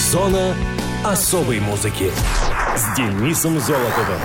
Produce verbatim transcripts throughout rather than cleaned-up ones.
Зона особой музыки с Денисом Золотовым.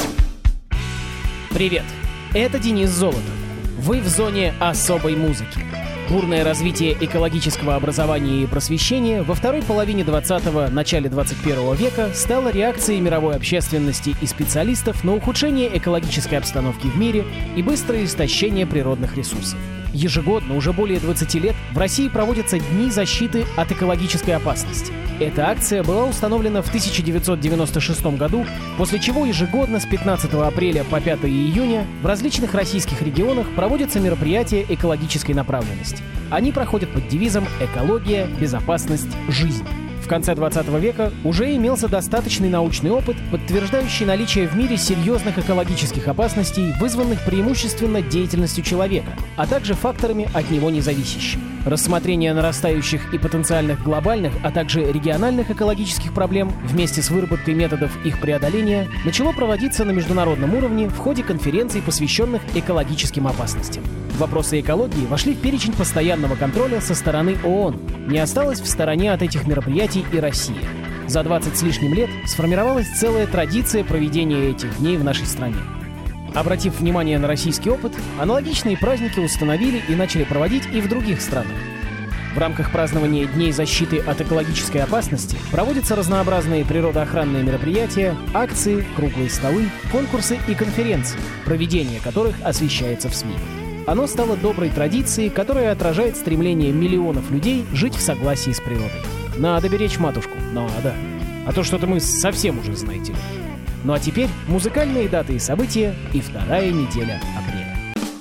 Привет, это Денис Золотов. Вы в зоне особой музыки. Бурное развитие экологического образования и просвещения во второй половине двадцатого, начале двадцать первого века стало реакцией мировой общественности и специалистов на ухудшение экологической обстановки в мире и быстрое истощение природных ресурсов. Ежегодно, уже более двадцати лет, в России проводятся Дни защиты от экологической опасности. Эта акция была установлена в тысяча девятьсот девяносто шестом году, после чего ежегодно с пятнадцатого апреля по пятое июня в различных российских регионах проводятся мероприятия экологической направленности. Они проходят под девизом «Экология, безопасность, жизнь». В конце двадцатого века уже имелся достаточный научный опыт, подтверждающий наличие в мире серьезных экологических опасностей, вызванных преимущественно деятельностью человека, а также факторами от него независящими. Рассмотрение нарастающих и потенциальных глобальных, а также региональных экологических проблем вместе с выработкой методов их преодоления начало проводиться на международном уровне в ходе конференций, посвященных экологическим опасностям. Вопросы экологии вошли в перечень постоянного контроля со стороны ООН. Не осталась в стороне от этих мероприятий и Россия. За двадцать с лишним лет сформировалась целая традиция проведения этих дней в нашей стране. Обратив внимание на российский опыт, аналогичные праздники установили и начали проводить и в других странах. В рамках празднования Дней защиты от экологической опасности проводятся разнообразные природоохранные мероприятия, акции, круглые столы, конкурсы и конференции, проведение которых освещается в СМИ. Оно стало доброй традицией, которая отражает стремление миллионов людей жить в согласии с природой. Надо беречь матушку, надо. А то что-то мы совсем уже, знаете ли. Ну а теперь музыкальные даты и события и вторая неделя апреля.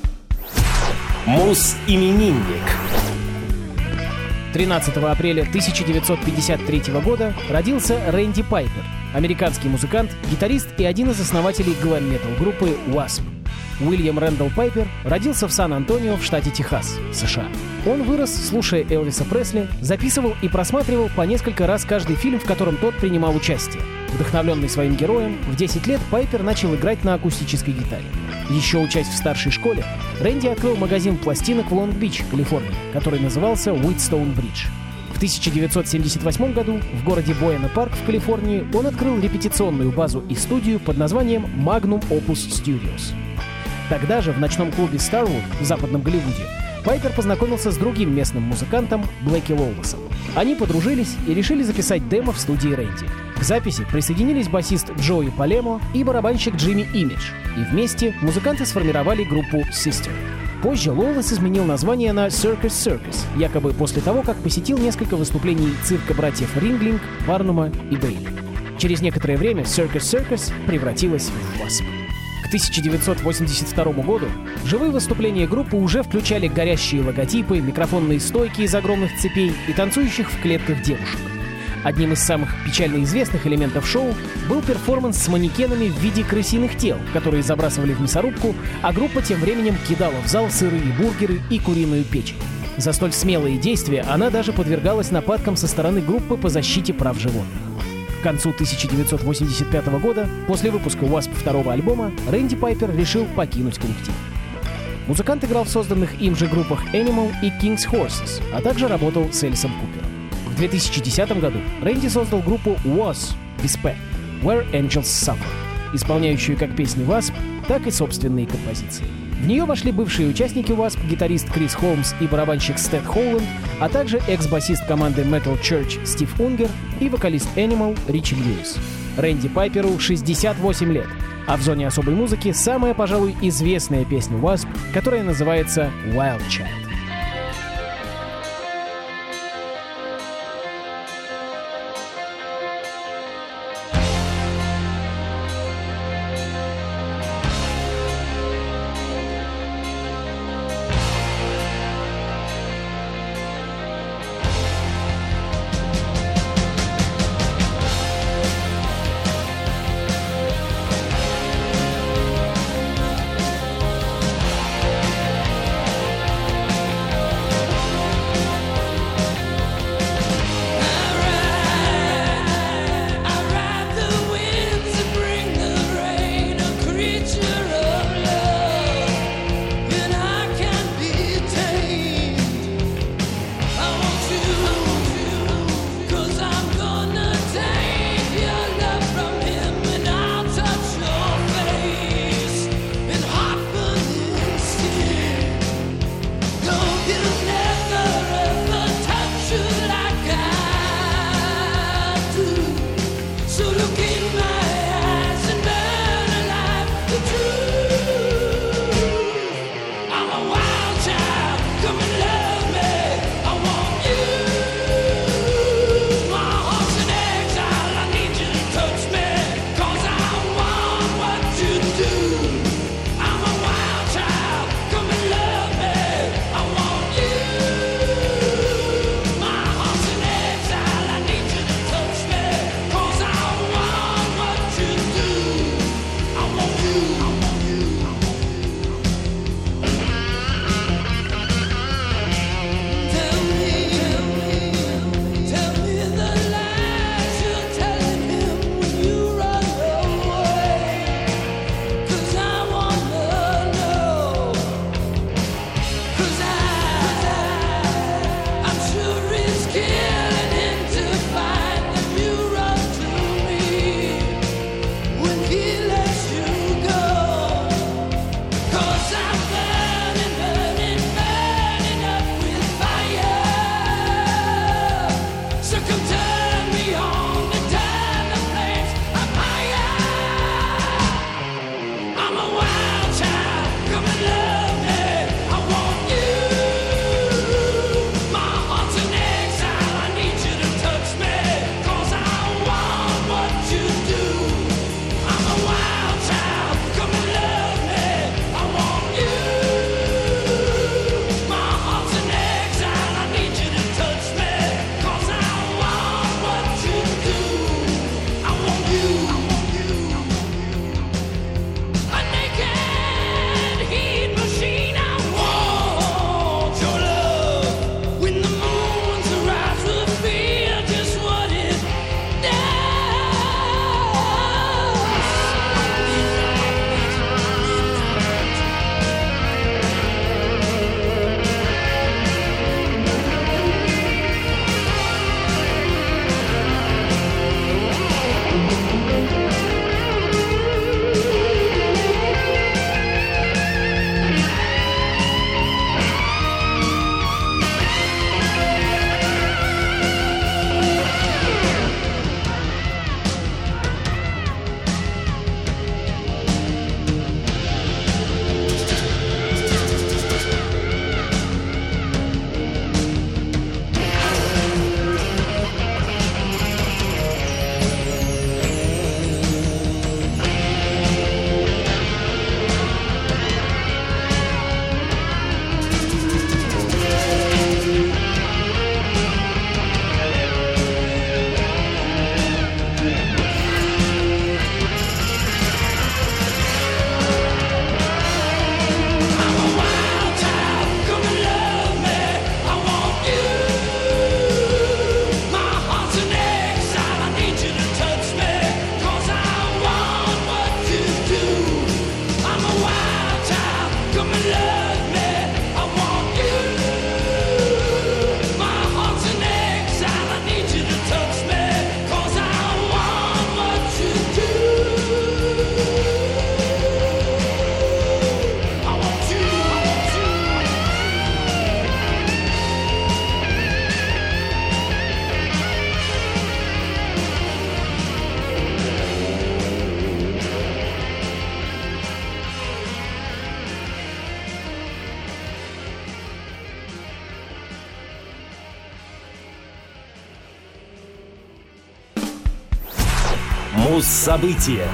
Мус-именинник. тринадцатого апреля тысяча девятьсот пятьдесят третьего года родился Рэнди Пайпер, американский музыкант, гитарист и один из основателей глэм-метал группы уасп. Уильям Рэндалл Пайпер родился в Сан-Антонио в штате Техас, США. Он вырос, слушая Элвиса Пресли, записывал и просматривал по несколько раз каждый фильм, в котором тот принимал участие. Вдохновленный своим героем, в десять лет Пайпер начал играть на акустической гитаре. Еще учась в старшей школе, Рэнди открыл магазин пластинок в Лонг-Бич, Калифорния, который назывался Уитстоун Бридж. В тысяча девятьсот семьдесят восьмом году в городе Буэна-Парк в Калифорнии он открыл репетиционную базу и студию под названием Magnum Opus Studios. Тогда же в ночном клубе Starwood в западном Голливуде Пайпер познакомился с другим местным музыкантом Блэки Лоулесом. Они подружились и решили записать демо в студии Рэнди. К записи присоединились басист Джои Палемо и барабанщик Джимми Имидж, и вместе музыканты сформировали группу Sister. Позже Лоулес изменил название на Circus Circus, якобы после того, как посетил несколько выступлений цирка братьев Ринглинг, Барнума и Бейли. Через некоторое время Circus Circus превратилась в уасп. К тысяча девятьсот восемьдесят второму году живые выступления группы уже включали горящие логотипы, микрофонные стойки из огромных цепей и танцующих в клетках девушек. Одним из самых печально известных элементов шоу был перформанс с манекенами в виде крысиных тел, которые забрасывали в мясорубку, а группа тем временем кидала в зал сырые бургеры и куриную печень. За столь смелые действия она даже подвергалась нападкам со стороны группы по защите прав животных. К концу тысяча девятьсот восемьдесят пятого года, после выпуска уасп второго альбома, Рэнди Пайпер решил покинуть коллектив. Музыкант играл в созданных им же группах Animal и King's Horses, а также работал с Элисом Купером. В две тысячи десятом году Рэнди создал группу уас Despair, Where Angels Suffer, исполняющую как песни уасп, так и собственные композиции. В нее вошли бывшие участники уасп, гитарист Крис Холмс и барабанщик Стэд Хоуланд, а также экс-басист команды Metal Church Стив Унгер и вокалист Animal Ричи Льюис. Рэнди Пайперу шестьдесят восемь лет, а в зоне особой музыки самая, пожалуй, известная песня уасп, которая называется «Wild Child». Муз-события.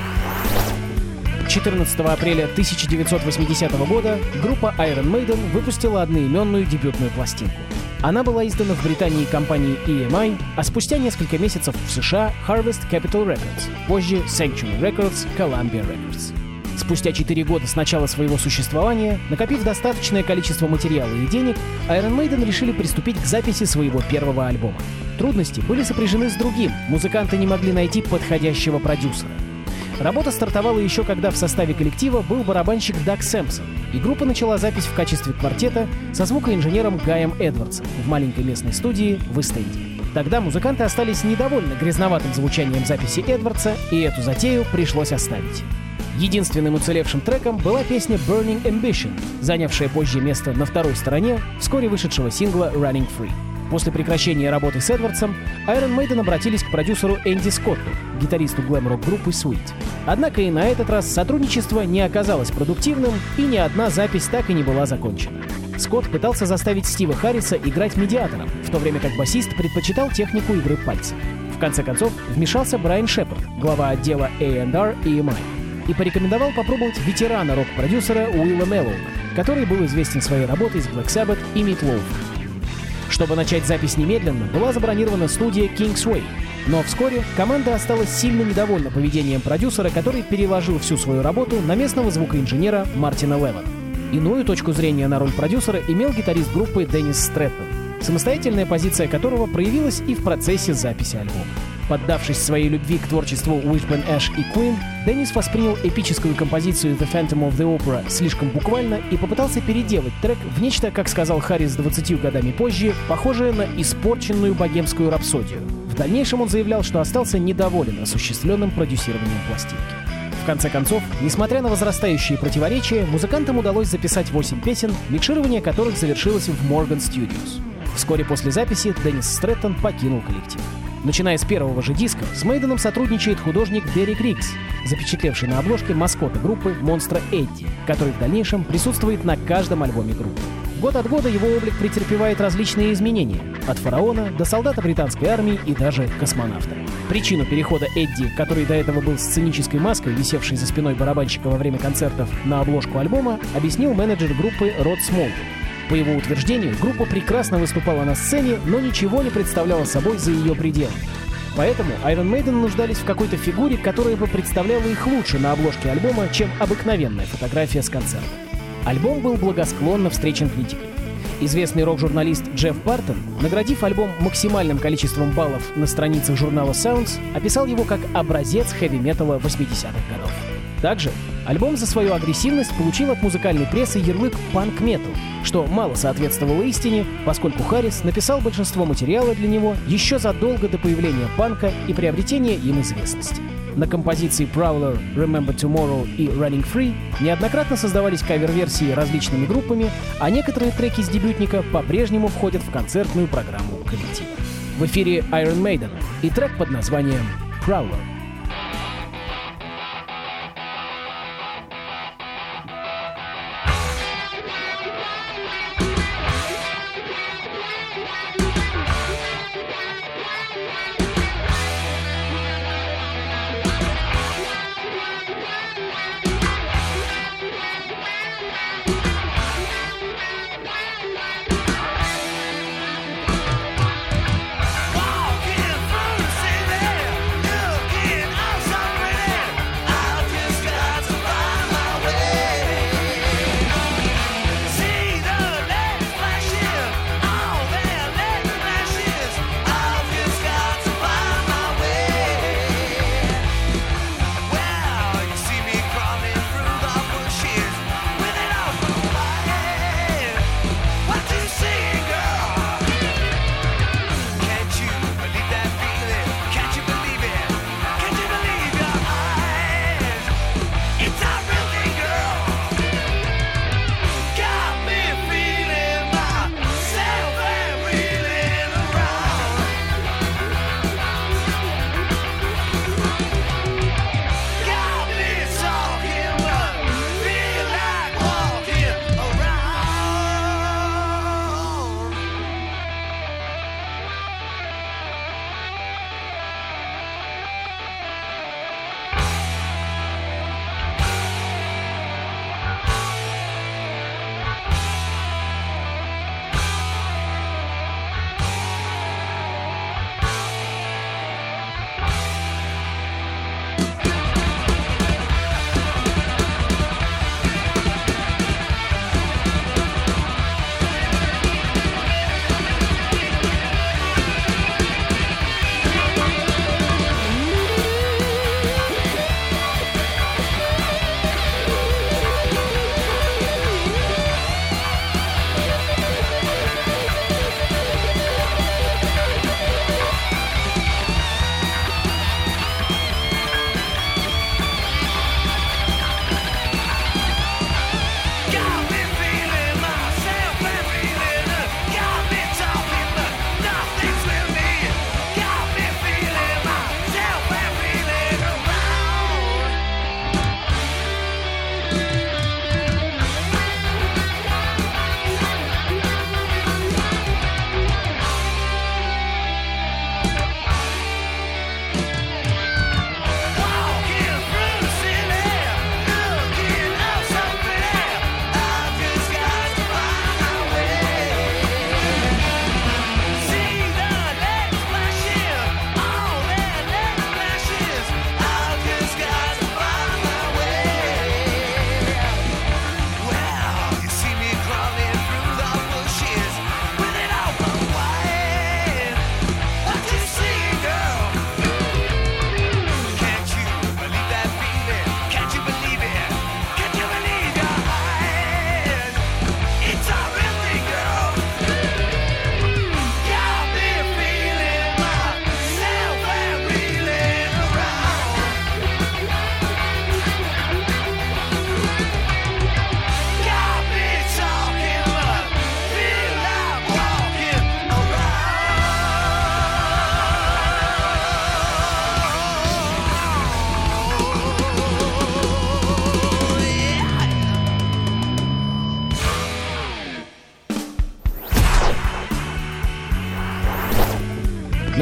четырнадцатого апреля тысяча девятьсот восьмидесятого года группа Iron Maiden выпустила одноименную дебютную пластинку. Она была издана в Британии компанией и эм ай, а спустя несколько месяцев в США Harvest Capitol Records, позже Sanctuary Records, Columbia Records. Спустя четыре года с начала своего существования, накопив достаточное количество материала и денег, Iron Maiden решили приступить к записи своего первого альбома. Трудности были сопряжены с другим, музыканты не могли найти подходящего продюсера. Работа стартовала еще когда в составе коллектива был барабанщик Даг Сэмпсон, и группа начала запись в качестве квартета со звукоинженером Гаем Эдвардсом в маленькой местной студии в Ист-Энде. Тогда музыканты остались недовольны грязноватым звучанием записи Эдвардса, и эту затею пришлось оставить. Единственным уцелевшим треком была песня «Burning Ambition», занявшая позже место на второй стороне вскоре вышедшего сингла «Running Free». После прекращения работы с Эдвардсом Iron Maiden обратились к продюсеру Энди Скотту, гитаристу глэм-рок группы Sweet. Однако и на этот раз сотрудничество не оказалось продуктивным, и ни одна запись так и не была закончена. Скотт пытался заставить Стива Харриса играть медиатором, в то время как басист предпочитал технику игры пальцев. В конце концов, вмешался Брайан Шепард, глава отдела эй энд ар и эм ай, и порекомендовал попробовать ветерана рок-продюсера Уилла Меллоуна, который был известен своей работой с Black Sabbath и Meat Loaf. Чтобы начать запись немедленно, была забронирована студия Kingsway, но вскоре команда осталась сильно недовольна поведением продюсера, который переложил всю свою работу на местного звукоинженера Мартина Левана. Иную точку зрения на роль продюсера имел гитарист группы Деннис Стрэттон, самостоятельная позиция которого проявилась и в процессе записи альбома. Поддавшись своей любви к творчеству Wishbone Ash и Queen, Деннис воспринял эпическую композицию The Phantom of the Opera слишком буквально и попытался переделать трек в нечто, как сказал Харрис двадцатью годами позже, похожее на испорченную богемскую рапсодию. В дальнейшем он заявлял, что остался недоволен осуществленным продюсированием пластинки. В конце концов, несмотря на возрастающие противоречия, музыкантам удалось записать восемь песен, микширование которых завершилось в Morgan Studios. Вскоре после записи Деннис Стрэттон покинул коллектив. Начиная с первого же диска, с Мейденом сотрудничает художник Дерек Риггс, запечатлевший на обложке маскота группы монстра Эдди, который в дальнейшем присутствует на каждом альбоме группы. Год от года его облик претерпевает различные изменения, от фараона до солдата британской армии и даже космонавта. Причину перехода Эдди, который до этого был сценической маской, висевшей за спиной барабанщика во время концертов, на обложку альбома, объяснил менеджер группы Род Смолвуд. По его утверждению, группа прекрасно выступала на сцене, но ничего не представляла собой за ее пределами. Поэтому Iron Maiden нуждались в какой-то фигуре, которая бы представляла их лучше на обложке альбома, чем обыкновенная фотография с концерта. Альбом был благосклонно встречен критикой. Известный рок-журналист Джефф Бартон, наградив альбом максимальным количеством баллов на страницах журнала Sounds, описал его как образец хэви-металла восьмидесятых годов. Также альбом за свою агрессивность получил от музыкальной прессы ярлык «панк-метал», что мало соответствовало истине, поскольку Харрис написал большинство материала для него еще задолго до появления панка и приобретения им известности. На композиции Prowler, Remember Tomorrow и Running Free неоднократно создавались кавер-версии различными группами, а некоторые треки с дебютника по-прежнему входят в концертную программу коллектива. В эфире Iron Maiden и трек под названием Prowler. Walking through the city, looking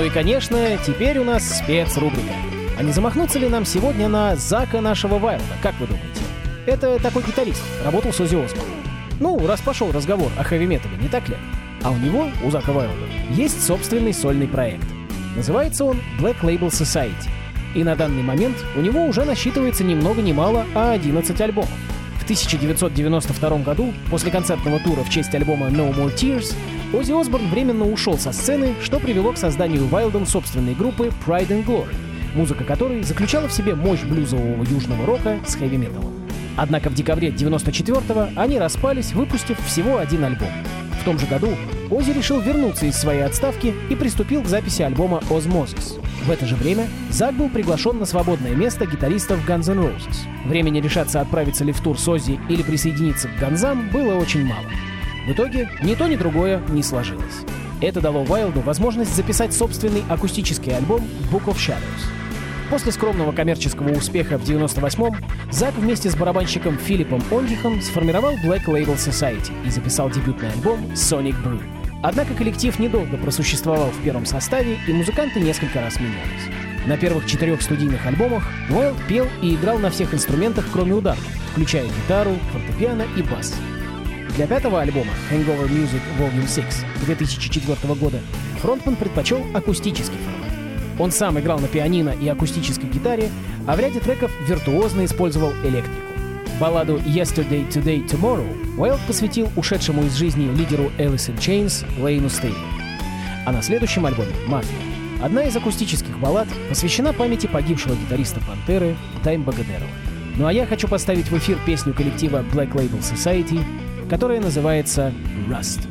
и, конечно, теперь у нас спецрубрика. А не замахнуться ли нам сегодня на Зака нашего Вайлда, как вы думаете? Это такой гитарист, работал с Оззи Осборном. Ну, раз пошел разговор о хэви-метале, не так ли? А у него, у Зака Вайлда, есть собственный сольный проект. Называется он Black Label Society. И на данный момент у него уже насчитывается ни много ни мало, а одиннадцать альбомов. В тысяча девятьсот девяносто втором году, после концертного тура в честь альбома No More Tears, Оззи Осборн временно ушел со сцены, что привело к созданию Вайлдом собственной группы Pride and Glory, музыка которой заключала в себе мощь блюзового южного рока с хэви-металом. Однако в декабре девяносто четвёртого они распались, выпустив всего один альбом. В том же году Оззи решил вернуться из своей отставки и приступил к записи альбома Osmosis. В это же время Зак был приглашен на свободное место гитаристов Guns N' Roses. Времени решаться, отправиться ли в тур с Оззи или присоединиться к Ганзам, было очень мало. В итоге ни то, ни другое не сложилось. Это дало Вайлду возможность записать собственный акустический альбом Book of Shadows. После скромного коммерческого успеха в девяносто восьмом Зак вместе с барабанщиком Филиппом Ондихом сформировал Black Label Society и записал дебютный альбом Sonic Brew. Однако коллектив недолго просуществовал в первом составе, и музыканты несколько раз менялись. На первых четырех студийных альбомах Уайлд пел и играл на всех инструментах, кроме ударных, включая гитару, фортепиано и бас. Для пятого альбома Hangover Music Volume шесть две тысячи четвёртого года фронтмен предпочел акустический формат. Он сам играл на пианино и акустической гитаре, а в ряде треков виртуозно использовал электрику. Балладу «Yesterday, Today, Tomorrow» Уайлд посвятил ушедшему из жизни лидеру Alice in Chains Лейну Стейли. А на следующем альбоме «Мафия» одна из акустических баллад посвящена памяти погибшего гитариста «Пантеры» Даймбога Дэррелла. Ну а я хочу поставить в эфир песню коллектива Black Label Society, которая называется «Rust».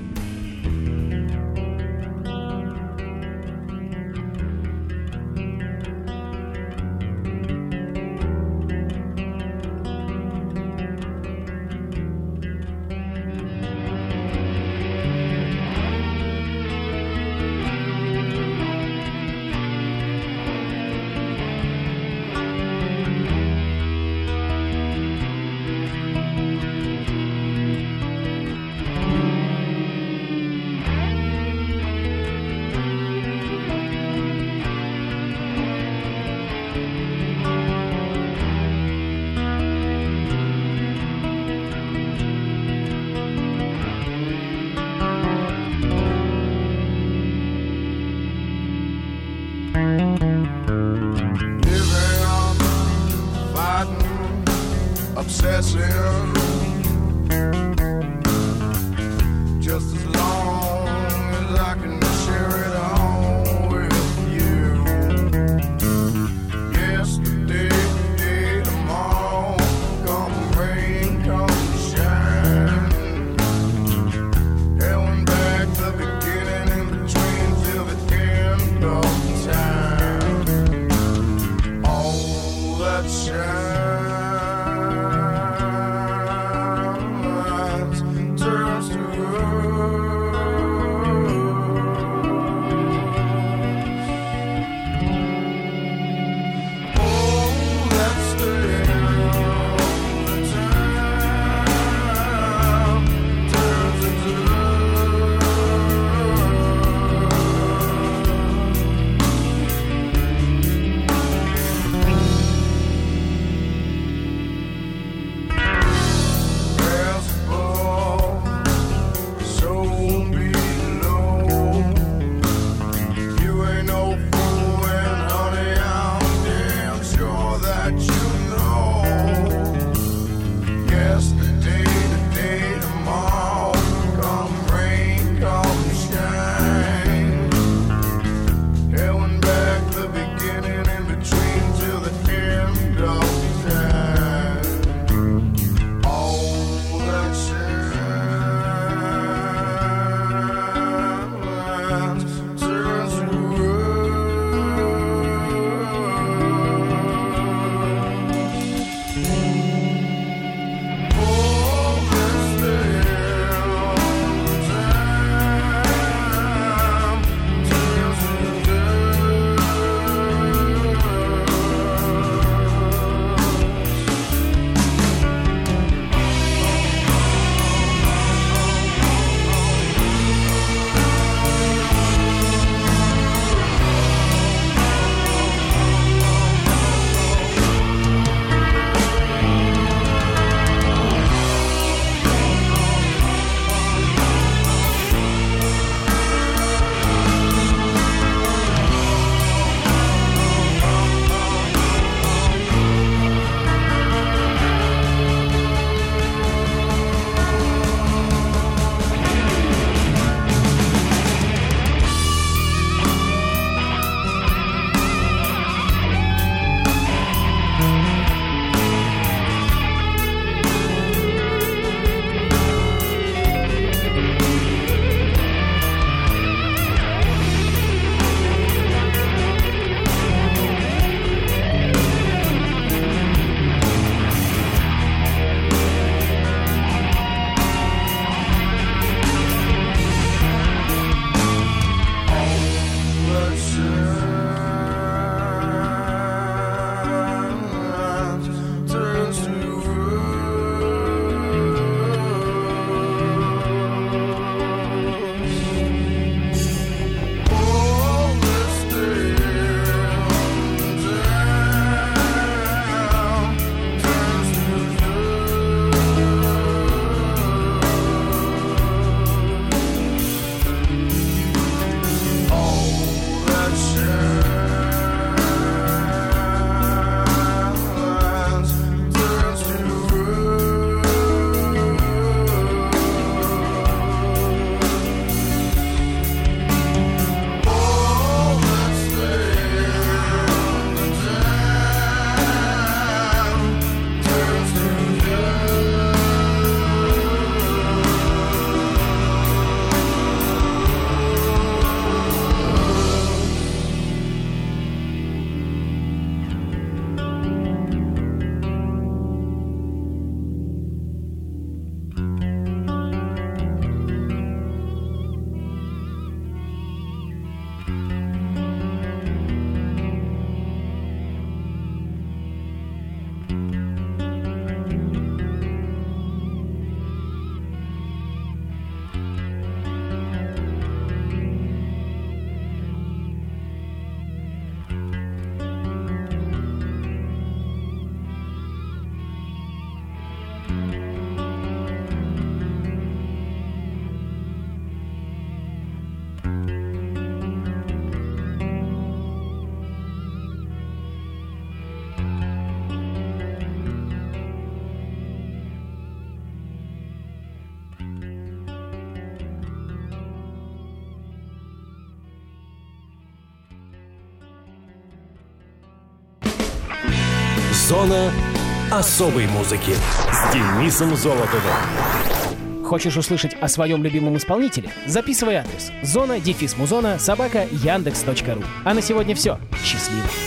Obsessing, just as long as I can share it all with you. Yesterday, today, tomorrow, come rain, come shine. Going back to the beginning, in between till the end of time. All that shine. Зона особой музыки с Денисом Золотовым. Хочешь услышать о своем любимом исполнителе? Записывай адрес: зона дефис музона собака яндекс точка ру. А на сегодня все. Счастливо.